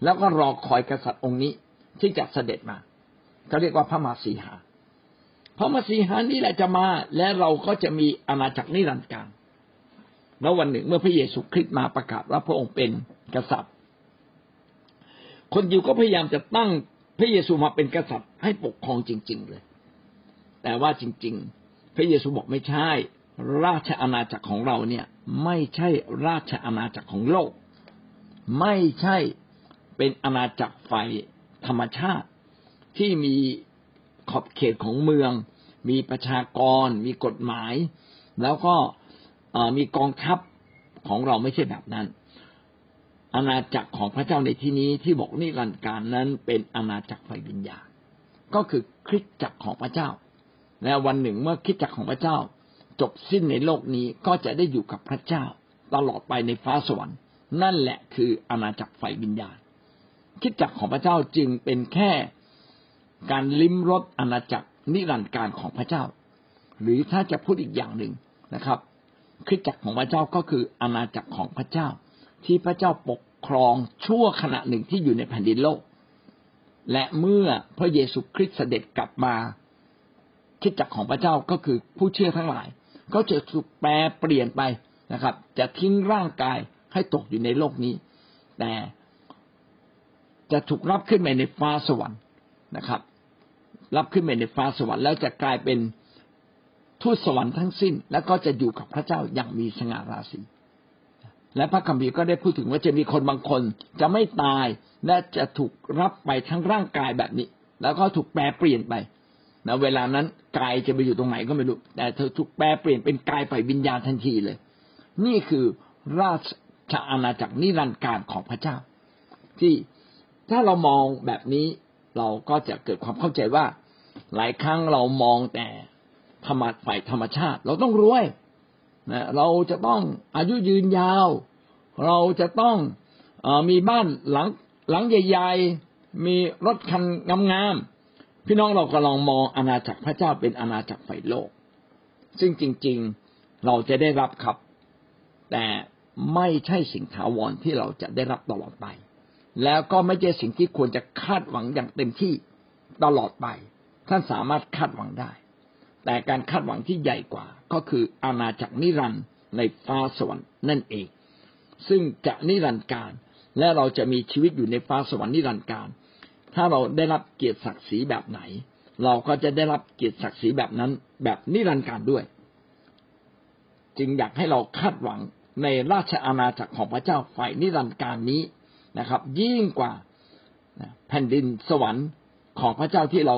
แล้วก็รอคอยกษัตริย์องค์นี้ที่จะเสด็จมาเขาเรียกว่าพระมาสีหาพระมาสีหานี่แหละจะมาและเราก็จะมีอาณาจักรนิรันดร์กาลแล้ววันหนึ่งเมื่อพระเยซูคริสต์มาประกาศว่าพระองค์เป็นกษัตริย์คนยิวก็พยายามจะตั้งพระเยซูมาเป็นกษัตริย์ให้ปกครองจริงๆเลยแต่ว่าจริงๆพระเยซูบอกไม่ใช่ราชอาณาจักรของเราเนี่ยไม่ใช่ราชอาณาจักรของโลกไม่ใช่เป็นอาณาจักรฝ่ายธรรมชาติที่มีขอบเขตของเมืองมีประชากรมีกฎหมายแล้วก็มีกองทัพของเราไม่ใช่แบบนั้นอาณาจักรของพระเจ้าในที่นี้ที่บอกนิรันดร์กาลนั้นเป็นอาณาจักรฝ่ายวิญญาณก็คือคริสตจักรของพระเจ้าและวันหนึ่งเมื่อคริสตจักรของพระเจ้าจบสิ้นในโลกนี้ก็จะได้อยู่กับพระเจ้าตลอดไปในฟ้าสวรรค์นั่นแหละคืออาณาจักรฝ่ายวิญญาณคริสตจักรของพระเจ้าจึงเป็นแค่การลิ้มรสอาณาจักรนิรันดร์กาลของพระเจ้าหรือถ้าจะพูดอีกอย่างหนึ่งนะครับคริสตจักรของพระเจ้าก็คืออาณาจักรของพระเจ้าที่พระเจ้าปกครองชั่วขณะหนึ่งที่อยู่ในแผ่นดินโลกและเมื่อพระเยซูคริสต์เสด็จกลับมาคริสตจักรของพระเจ้าก็คือผู้เชื่อทั้งหลายก็จะถูกแปลเปลี่ยนไปนะครับจะทิ้งร่างกายให้ตกอยู่ในโลกนี้แต่จะถูกรับขึ้นไปในฟ้าสวรรค์นะครับรับขึ้นไปในฟ้าสวรรค์แล้วจะกลายเป็นทูตสวรรค์ทั้งสิ้นแล้วก็จะอยู่กับพระเจ้าอย่างมีสง่าราศีและพระคัมภีร์ก็ได้พูดถึงว่าจะมีคนบางคนจะไม่ตายและจะถูกรับไปทั้งร่างกายแบบนี้แล้วก็ถูกแปลเปลี่ยนไปนะเวลานั้นกายจะไปอยู่ตรงไหนก็ไม่รู้แต่เธอถูกแปลเปลี่ยนเป็นกายฝ่ายวิญญาณทันทีเลยนี่คือราชอาณาจักรนิรันดร์กาลของพระเจ้าที่ถ้าเรามองแบบนี้เราก็จะเกิดความเข้าใจว่าหลายครั้งเรามองแต่ธรรมะฝ่ายธรรมชาติเราต้องรวยนะเราจะต้องอายุยืนยาวเราจะต้องเอ่อมีบ้านหลังหลังใหญ่ๆมีรถคันงามๆพี่น้องเราก็ลองมองอาณาจักรพระเจ้าเป็นอาณาจักรฝ่ายโลกซึ่งจริงๆเราจะได้รับครับแต่ไม่ใช่สิ่งถาวรที่เราจะได้รับตลอดไปแล้วก็ไม่ใช่สิ่งที่ควรจะคาดหวังอย่างเต็มที่ตลอดไปท่านสามารถคาดหวังได้แต่การคาดหวังที่ใหญ่กว่าก็คืออาณาจักรนิรันดร์ในฟ้าสวรรค์นั่นเองซึ่งจะนิรันดร์กาลและเราจะมีชีวิตอยู่ในฟ้าสวรรค์นิรันดร์กาลถ้าเราได้รับเกียรติศักดิ์ศรีแบบไหนเราก็จะได้รับเกียรติศักดิ์ศรีแบบนั้นแบบนิรันดร์กาลด้วยจึงอยากให้เราคาดหวังในราชอาณาจักรของพระเจ้าฝ่ายนิรันดร์กาลนี้นะครับยิ่งกว่าแผ่นดินสวรรค์ของพระเจ้าที่เรา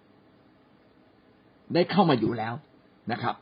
ได้เข้ามาอยู่แล้วนะครับ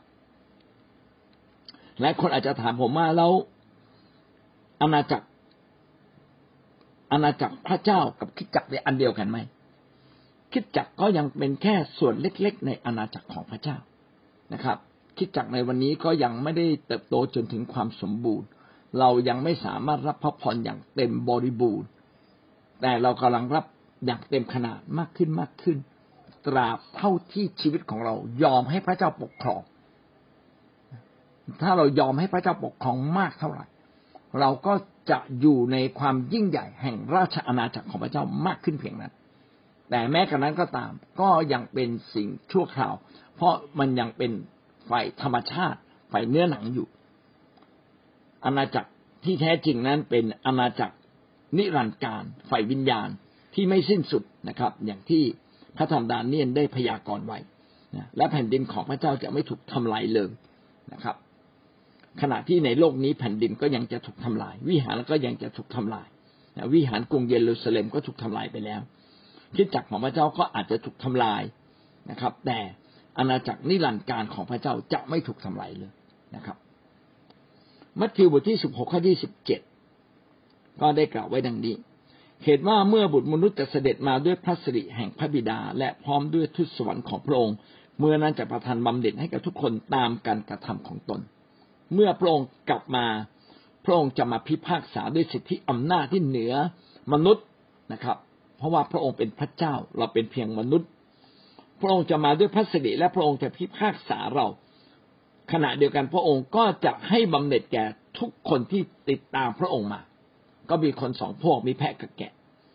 หลายคนอาจจะถามผมว่าแล้วอาณาจักรอาณาจักรพระเจ้ากับคริสตจักรเป็นอันเดียวกันไหมคริสตจักรก็ยังเป็นแค่ส่วนเล็กๆในอาณาจักรของพระเจ้านะครับคริสตจักรในวันนี้ก็ยังไม่ได้เติบโตจนถึงความสมบูรณ์เรายังไม่สามารถรับพระพรอย่างเต็มบริบูรณ์แต่เรากำลังรับอย่างเต็มขนาดมากขึ้นมากขึ้นตราบเท่าที่ชีวิตของเรายอมให้พระเจ้าปกครองถ้าเรายอมให้พระเจ้าปกครองมากเท่าไหร่เราก็จะอยู่ในความยิ่งใหญ่แห่งราชอาณาจักรของพระเจ้ามากขึ้นเพียงนั้นแต่แม้กระนั้นก็ตามก็ยังเป็นสิ่งชั่วคราวเพราะมันยังเป็นฝ่ายธรรมชาติฝ่ายเนื้อหนังอยู่อาณาจักรที่แท้จริงนั้นเป็นอาณาจักรนิรันดร์กาลฝ่ายวิญญาณที่ไม่สิ้นสุดนะครับอย่างที่พระธรรมดาเนียลได้พยากรณ์ไว้นะและแผ่นดินของพระเจ้าจะไม่ถูกทำลายเลยนะครับขณะที่ในโลกนี้แผ่นดินก็ยังจะถูกทำลายวิหารก็ยังจะถูกทำลายนะวิหารกรุงเยรูซาเล็มก็ถูกทำลายไปแล้วคริสตจักรของพระเจ้าก็อาจจะถูกทำลายนะครับแต่อาณาจักรนิรันดร์กาลของพระเจ้าจะไม่ถูกทำลายเลยนะครับมัทธิวบทที่สิบหกข้อที่สิบเจ็ดก็ได้กล่าวไว้ดังนี้เหตุว่าเมื่อบุตรมนุษย์จะเสด็จมาด้วยพระสิริแห่งพระบิดาและพร้อมด้วยทูตสวรรค์ของพระองค์เมื่อนั้นจะประทานบำเหน็จให้กับทุกคนตามการกระทำของตนเมื่อพระองค์กลับมาพระองค์จะมาพิพากษาด้วยสิทธิอำนาจที่เหนือมนุษย์นะครับเพราะว่าพระองค์เป็นพระเจ้าเราเป็นเพียงมนุษย์พระองค์จะมาด้วยพระสิริและพระองค์จะพิพากษาเราขณะเดียวกันพระองค์ก็จะให้บำเหน็จแก่ทุกคนที่ติดตามพระองค์มาก็มีคนสองพวกมีแพะกับแกะ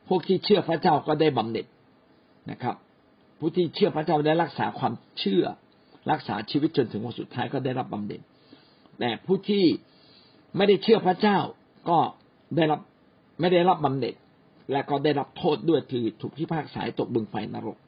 พวกที่เชื่อพระเจ้าก็ได้บำเหน็จนะครับผู้ที่เชื่อพระเจ้าได้รักษาความเชื่อรักษาชีวิตจนถึงวันสุดท้ายก็ได้รับบำเหน็จแต่ผู้ที่ไม่ได้เชื่อพระเจ้าก็ได้รับไม่ได้รับบำเหน็จและก็ได้รับโทษด้วยคือถูกพิพากษาตกบึงไฟนรก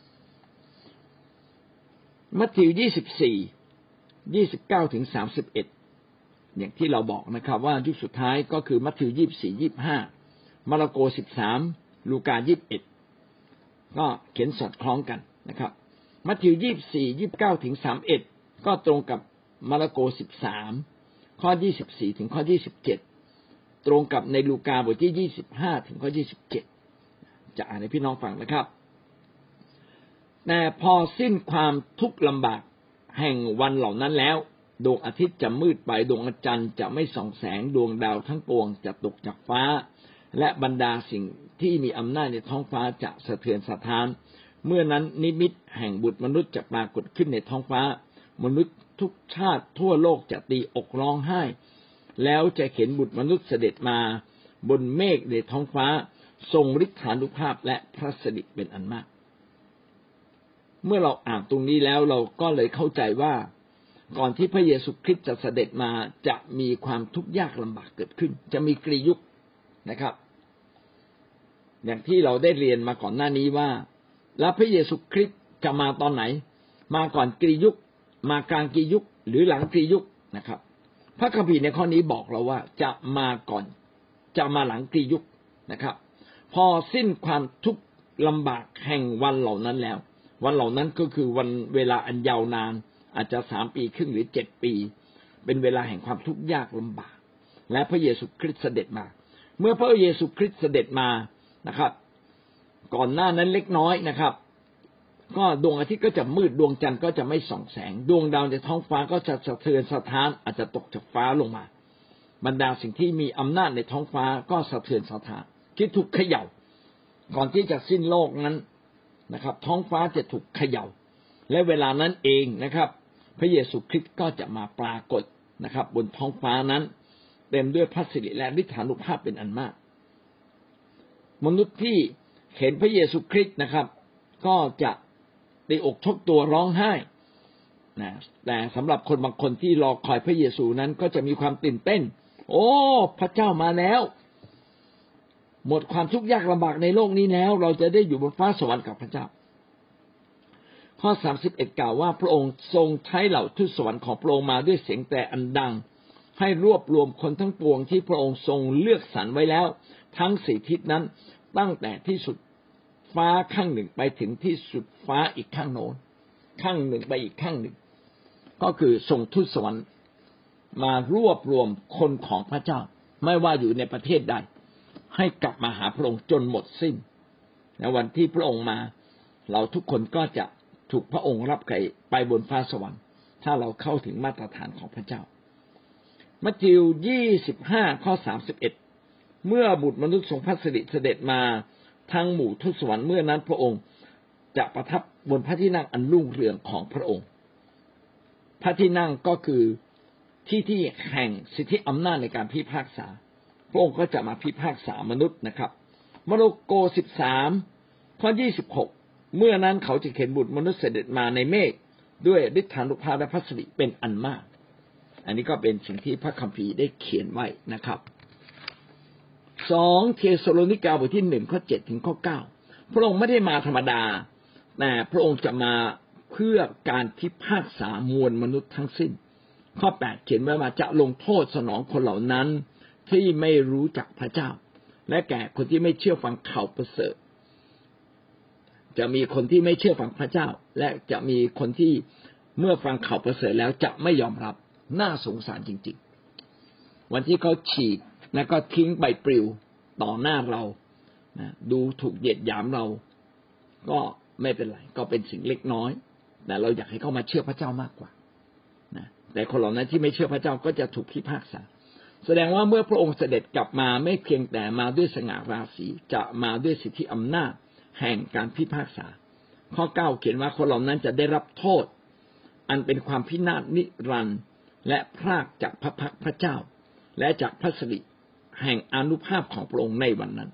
มัทธิวยี่สิบสี่ ยี่สิบเก้าถึงสามสิบเอ็ดอย่างที่เราบอกนะครับว่ายุคสุดท้ายก็คือมัทธิวยี่สิบสี่ ยี่สิบห้ามาระโกสิบสามลูกายี่สิบเอ็ดก็เขียนสอดคล้องกันนะครับมัทธิวยี่สิบสี่ ยี่สิบเก้าถึงสามสิบเอ็ดก็ตรงกับมาระโกสิบสามข้อยี่สิบสี่ถึงข้อยี่สิบเจ็ดตรงกับในลูกาบทที่ยี่สิบห้าถึงข้อยี่สิบเจ็ดจะอ่านให้พี่น้องฟังนะครับแต่พอสิ้นความทุกข์ลำบากแห่งวันเหล่านั้นแล้วดวงอาทิตย์จะมืดไปดวงจันทร์จะไม่ส่องแสงดวงดาวทั้งปวงจะตกจากฟ้าและบรรดาสิ่งที่มีอำนาจในท้องฟ้าจะสะเทือนสะท้านเมื่อนั้นนิมิตแห่งบุตรมนุษย์จะปรากฏขึ้นในท้องฟ้ามนุษย์ทุกชาติทั่วโลกจะตีอกร้องไห้แล้วจะเห็นบุตรมนุษย์เสด็จมาบนเมฆในท้องฟ้าทรงฤทธานุภาพและพระสิริเป็นอันมากเมื่อเราอ่านตรงนี้แล้วเราก็เลยเข้าใจว่าก่อนที่พระเยซูคริสต์จะเสด็จมาจะมีความทุกข์ยากลำบากเกิดขึ้นจะมีกรียุคนะครับอย่างที่เราได้เรียนมาก่อนหน้านี้ว่าแล้วพระเยซูคริสต์จะมาตอนไหนมาก่อนกรียุคมากลางกรียุคหรือหลังกรียุคนะครับพระคัมภีร์ในข้อนี้บอกเราว่าจะมาก่อนจะมาหลังกรียุคนะครับพอสิ้นความทุกข์ลำบากแห่งวันเหล่านั้นแล้ววันเหล่านั้นก็คือวันเวลาอันยาวนานอาจจะสามปีครึ่งหรือเจ็ดปีเป็นเวลาแห่งความทุกข์ยากลำบากและพระเยซูคริสต์เสด็จมาเมื่อพระเยซูคริสต์เสด็จมานะครับก่อนหน้านั้นเล็กน้อยนะครับก็ดวงอาทิตย์ก็จะมืดดวงจันทร์ก็จะไม่ส่องแสงดวงดาวในท้องฟ้าก็จะสะเทือนสะท้านอาจจะตกจากฟ้าลงมาบรรดาสิ่งที่มีอำนาจในท้องฟ้าก็สะเทือนสะท้านที่ถูกเขย่าก่อนที่จะสิ้นโลกนั้นนะครับท้องฟ้าจะถูกเขย่าและเวลานั้นเองนะครับพระเยซูคริสต์ก็จะมาปรากฏนะครับบนท้องฟ้านั้นเต็มด้วยพระสิริและฤทธานุภาพเป็นอันมากมนุษย์ที่เห็นพระเยซูคริสต์นะครับก็จะตีอกชกตัวร้องไห้นะแต่สำหรับคนบางคนที่รอคอยพระเยซูนั้นก็จะมีความตื่นเต้นโอ้พระเจ้ามาแล้วหมดความทุกข์ยากลำบากในโลกนี้แล้วเราจะได้อยู่บนฟ้าสวรรค์กับพระเจ้าข้อสามสิบเอ็ดกล่าวว่าพระองค์ทรงใช้เหล่าทูตสวรรค์ของพระองค์มาด้วยเสียงแตรอันดังให้รวบรวมคนทั้งปวงที่พระองค์ทรงเลือกสรรไว้แล้วทั้งสี่ทิศนั้นตั้งแต่ที่สุดฟ้าข้างหนึ่งไปถึงที่สุดฟ้าอีกข้างโน้นข้างหนึ่งไปอีกข้างหนึ่งก็คือส่งทูตสวรรค์มารวบรวมคนของพระเจ้าไม่ว่าอยู่ในประเทศใดให้กลับมาหาพระองค์จนหมดสิ้นในวันที่พระองค์มาเราทุกคนก็จะถูกพระองค์รับไปบนฟ้าสวรรค์ถ้าเราเข้าถึงมาตรฐานของพระเจ้ามัทธิวยี่สิบห้าข้อสามสิบเอ็ดเมื่อบุตรมนุษย์ทรงพระสิริเสด็จมาทั้งหมู่ทูตสวรรค์เมื่อนั้นพระองค์จะประทับบนพระที่นั่งอันรุ่งเรืองของพระองค์พระที่นั่งก็คือที่ที่แห่งสิทธิอำนาจในการพิพากษาพระองค์ก็จะมาพิพากษามนุษย์นะครับมาระโกสิบสามข้อยี่สิบหกเมื่อนั้นเขาจะเห็นบุตรมนุษย์เสด็จมาในเมฆด้วยฤทธานุภาพและพระสิริเป็นอันมากอันนี้ก็เป็นสิ่งที่พระคัมภีร์ได้เขียนไว้นะครับสองเทสโลนิกาบทที่หนึ่งข้อเจ็ดถึงข้อเก้าพระองค์ไม่ได้มาธรรมดาแต่พระองค์จะมาเพื่อการพิพากษามวลมนุษย์ทั้งสิ้นข้อแปดเขียนไว้ว่าจะลงโทษสนองคนเหล่านั้นที่ไม่รู้จักพระเจ้าและแก่คนที่ไม่เชื่อฟังข่าวประเสริฐจะมีคนที่ไม่เชื่อฟังพระเจ้าและจะมีคนที่เมื่อฟังข่าวประเสริฐแล้วจะไม่ยอมรับน่าสงสารจริงๆวันที่เขาฉีกแล้วก็ทิ้งใบปลิวต่อหน้าเรานะดูถูกเหยียดหยามเราก็ไม่เป็นไรก็เป็นสิ่งเล็กน้อยแต่เราอยากให้เขามาเชื่อพระเจ้ามากกว่านะแต่คนเหล่านั้นที่ไม่เชื่อพระเจ้าก็จะถูกพิพากษาแสดงว่าเมื่อพระองค์เสด็จกลับมาไม่เพียงแต่มาด้วยสง่าราศีจะมาด้วยสิทธิอำนาจแห่งการพิพากษาข้อเก้าเขียนว่าคนเหล่านั้นจะได้รับโทษอันเป็นความพินาศนิรันดร์และพรากจากพระพักพระเจ้าและจากพระสิริแห่งอานุภาพของพระองค์ในวันนั้น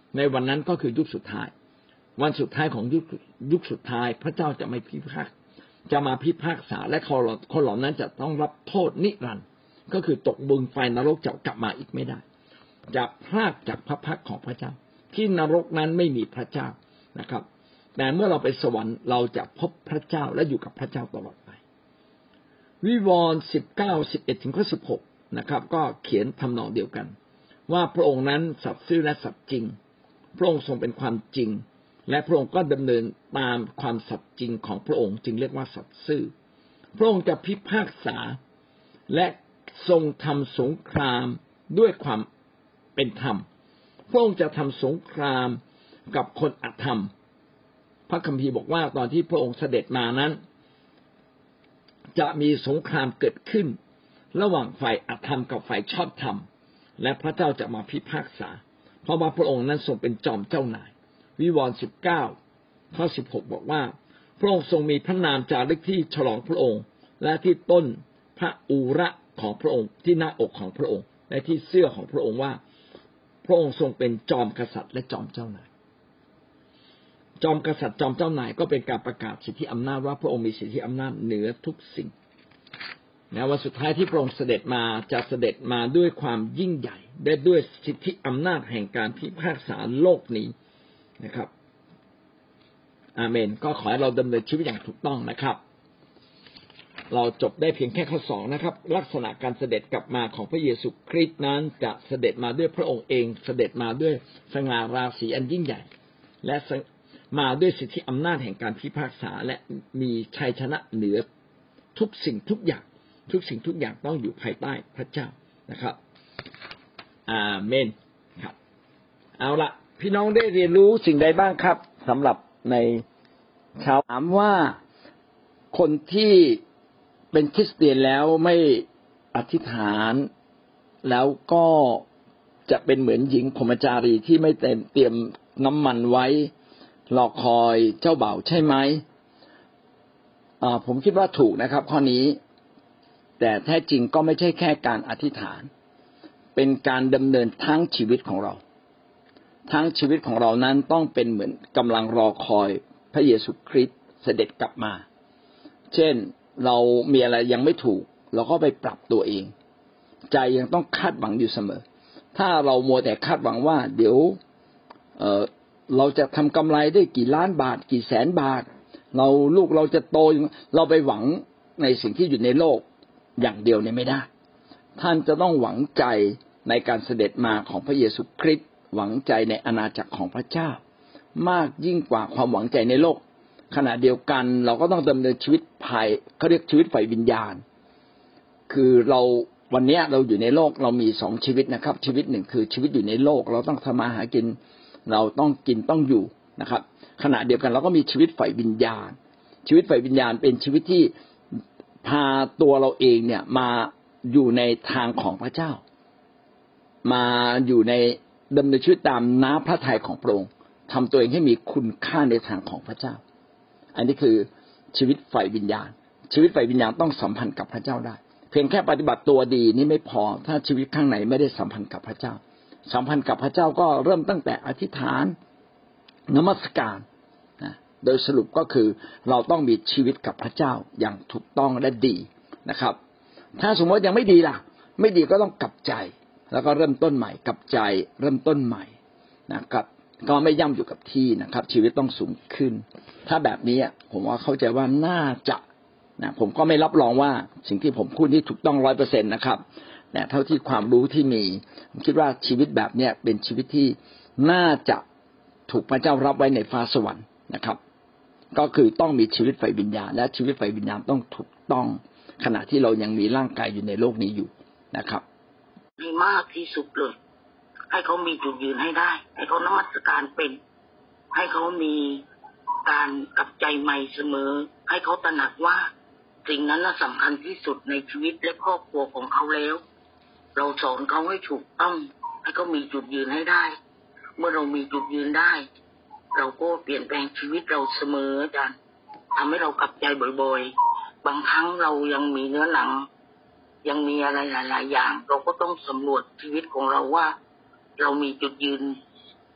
ในวันนั้นก็คือยุคสุดท้ายวันสุดท้ายของยุคยุคสุดท้ายพระเจ้าจะไม่พิพากษาจะมาพิพากษาและคนเหล่านั้นจะต้องรับโทษนิรันดร์ก็คือตกบึงไฟนรกจะกลับมาอีกไม่ได้จะพรากจากพระพักของพระเจ้าที่นรกนั้นไม่มีพระเจ้านะครับแต่เมื่อเราไปสวรรค์เราจะพบพระเจ้าและอยู่กับพระเจ้าตลอดไปวิวรณ์สิบเก้า สิบเอ็ดถึงข้อสิบหกนะครับก็เขียนทำนองเดียวกันว่าพระองค์นั้นสัตย์ซื่อและสัตย์จริงพระองค์ทรงเป็นความจริงและพระองค์ก็ดำเนินตามความสัตย์จริงของพระองค์จึงเรียกว่าสัตย์ซื่อพระองค์จะพิพากษาและทรงทำสงครามด้วยความเป็นธรรมพระองค์จะทำสงครามกับคนอธรรมพระคัมภีร์บอกว่าตอนที่พระองค์เสด็จมานั้นจะมีสงครามเกิดขึ้นระหว่างฝ่ายอธรรมกับฝ่ายชอบธรรมและพระเจ้าจะมาพิพากษาเพราะว่าพระองค์นั้นทรงเป็นจอมเจ้านายวิวรณ์สิบเก้าข้อสิบหกบอกว่าพระองค์ทรงมีพระนามจารึกที่ฉลองพระองค์และที่ต้นพระอูระของพระองค์ที่หน้าอกของพระองค์และที่เสื้อของพระองค์ว่าพระองค์ทรงเป็นจอมกษัตริย์และจอมเจ้านายจอมกษัตริย์จอมเจ้านายก็เป็นการประกาศสิทธิอำนาจว่าพระองค์มีสิทธิอำนาจเหนือทุกสิ่งนะวันสุดท้ายที่พระองค์เสด็จมาจะเสด็จมาด้วยความยิ่งใหญ่และด้วยสิทธิอำนาจแห่งการพิพากษาโลกนี้นะครับอาเมนก็ขอให้เราดำเนินชีวิตอย่างถูกต้องนะครับเราจบได้เพียงแค่ข้อสองนะครับลักษณะการเสด็จกลับมาของพระเยซูคริสต์นั้นจะเสด็จมาด้วยพระองค์เองเสด็จมาด้วยสง่าราศีอันยิ่งใหญ่และมาด้วยสิทธิอำนาจแห่งการพิพากษาและมีชัยชนะเหนือทุกสิ่งทุกอย่างทุกสิ่งทุกอย่างต้องอยู่ภายใต้พระเจ้านะครับอาเมนครับเอาละพี่น้องได้เรียนรู้สิ่งใดบ้างครับสำหรับในเช้าถามว่าคนที่เป็นคริสเตียนแล้วไม่อธิษฐานแล้วก็จะเป็นเหมือนหญิงพรหมจารีที่ไม่เตรียมน้ำมันไว้รอคอยเจ้าบ่าวใช่ไหมอ่าผมคิดว่าถูกนะครับข้อนี้แต่แท้จริงก็ไม่ใช่แค่การอธิษฐานเป็นการดำเนินทั้งชีวิตของเราทั้งชีวิตของเรานั้นต้องเป็นเหมือนกำลังรอคอยพระเยซูคริสต์เสด็จกลับมาเช่นเรามีอะไรยังไม่ถูกเราก็ไปปรับตัวเองใจยังต้องคาดหวังอยู่เสมอถ้าเรามัวแต่คาดหวังว่าเดี๋ยวเอ่อเราจะทำกำไรได้กี่ล้านบาทกี่แสนบาทเราลูกเราจะโตเราไปหวังในสิ่งที่อยู่ในโลกอย่างเดียวเนี่ยไม่ได้ท่านจะต้องหวังใจในการเสด็จมาของพระเยซูคริสต์หวังใจในอาณาจักรของพระเจ้ามากยิ่งกว่าความหวังใจในโลกขณะเดียวกันเราก็ต้องดำเนินชีวิตภายเขาเรียกชีวิตฝ่ายวิญญาณคือเราวันนี้เราอยู่ในโลกเรามีสองชีวิตนะครับชีวิตหนึ่งคือชีวิตอยู่ในโลกเราต้องทำมาหากินเราต้องกินต้องอยู่นะครับขณะเดียวกันเราก็มีชีวิตฝ่ายวิญญาณชีวิตฝ่ายวิญญาณเป็นชีวิตที่พาตัวเราเองเนี่ยมาอยู่ในทางของพระเจ้ามาอยู่ในดำเนินชีวิตตามน้ำพระทัยของพระองค์ทำตัวเองให้มีคุณค่าในทางของพระเจ้าอันนี้คือชีวิตฝ่ายวิญญาณชีวิตฝ่ายวิญญาณต้องสัมพันธ์กับพระเจ้าได้เพียงแค่ปฏิบัติตัวดีนี่ไม่พอถ้าชีวิตข้างในไม่ได้สัมพันธ์กับพระเจ้าสัมพันธ์กับพระเจ้าก็เริ่มตั้งแต่อธิษฐานนมัสการนะโดยสรุปก็คือเราต้องมีชีวิตกับพระเจ้าอย่างถูกต้องและดีนะครับถ้าสมมติยังไม่ดีล่ะไม่ดีก็ต้องกลับใจแล้วก็เริ่มต้นใหม่กลับใจเริ่มต้นใหม่นะครับก็ไม่ย่ำอยู่กับที่นะครับชีวิตต้องสูงขึ้นถ้าแบบนี้ผมว่าเข้าใจว่าน่าจะนะผมก็ไม่รับรองว่าสิ่งที่ผมพูดนี่ถูกต้อง ร้อยเปอร์เซ็นต์ นะครับแต่เท่าที่ความรู้ที่มีผมคิดว่าชีวิตแบบเนี้ยเป็นชีวิตที่น่าจะถูกพระเจ้ารับไว้ในฟ้าสวรรค์นะครับก็คือต้องมีชีวิตฝ่ายวิญญาณและชีวิตฝ่ายวิญญาณต้องถูกต้องขณะที่เรายังมีร่างกายอยู่ในโลกนี้อยู่นะครับดีมากที่สุดเลยให้เขามีจุดยืนให้ได้ให้เขานมัสการเป็นให้เขามีการกลับใจใหม่เสมอให้เขาตระหนักว่าสิ่งนั้นสำคัญที่สุดในชีวิตและครอบครัวของเขาแล้วเราสอนเขาให้ถูกต้องให้เขามีจุดยืนให้ได้เมื่อเรามีจุดยืนได้เราก็เปลี่ยนแปลงชีวิตเราเสมออาจารย์ทำให้เรากลับใจบ่อยๆบางครั้งเรายังมีเนื้อหนังยังมีอะไรหลายๆอย่างเราก็ต้องสำรวจชีวิตของเราว่าเรามีจุดยืน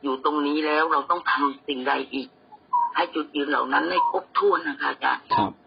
อยู่ตรงนี้แล้วเราต้องทำสิ่งใดอีกให้จุดยืนเหล่านั้นให้ครบถ้วนนะคะอาจารย์ครับ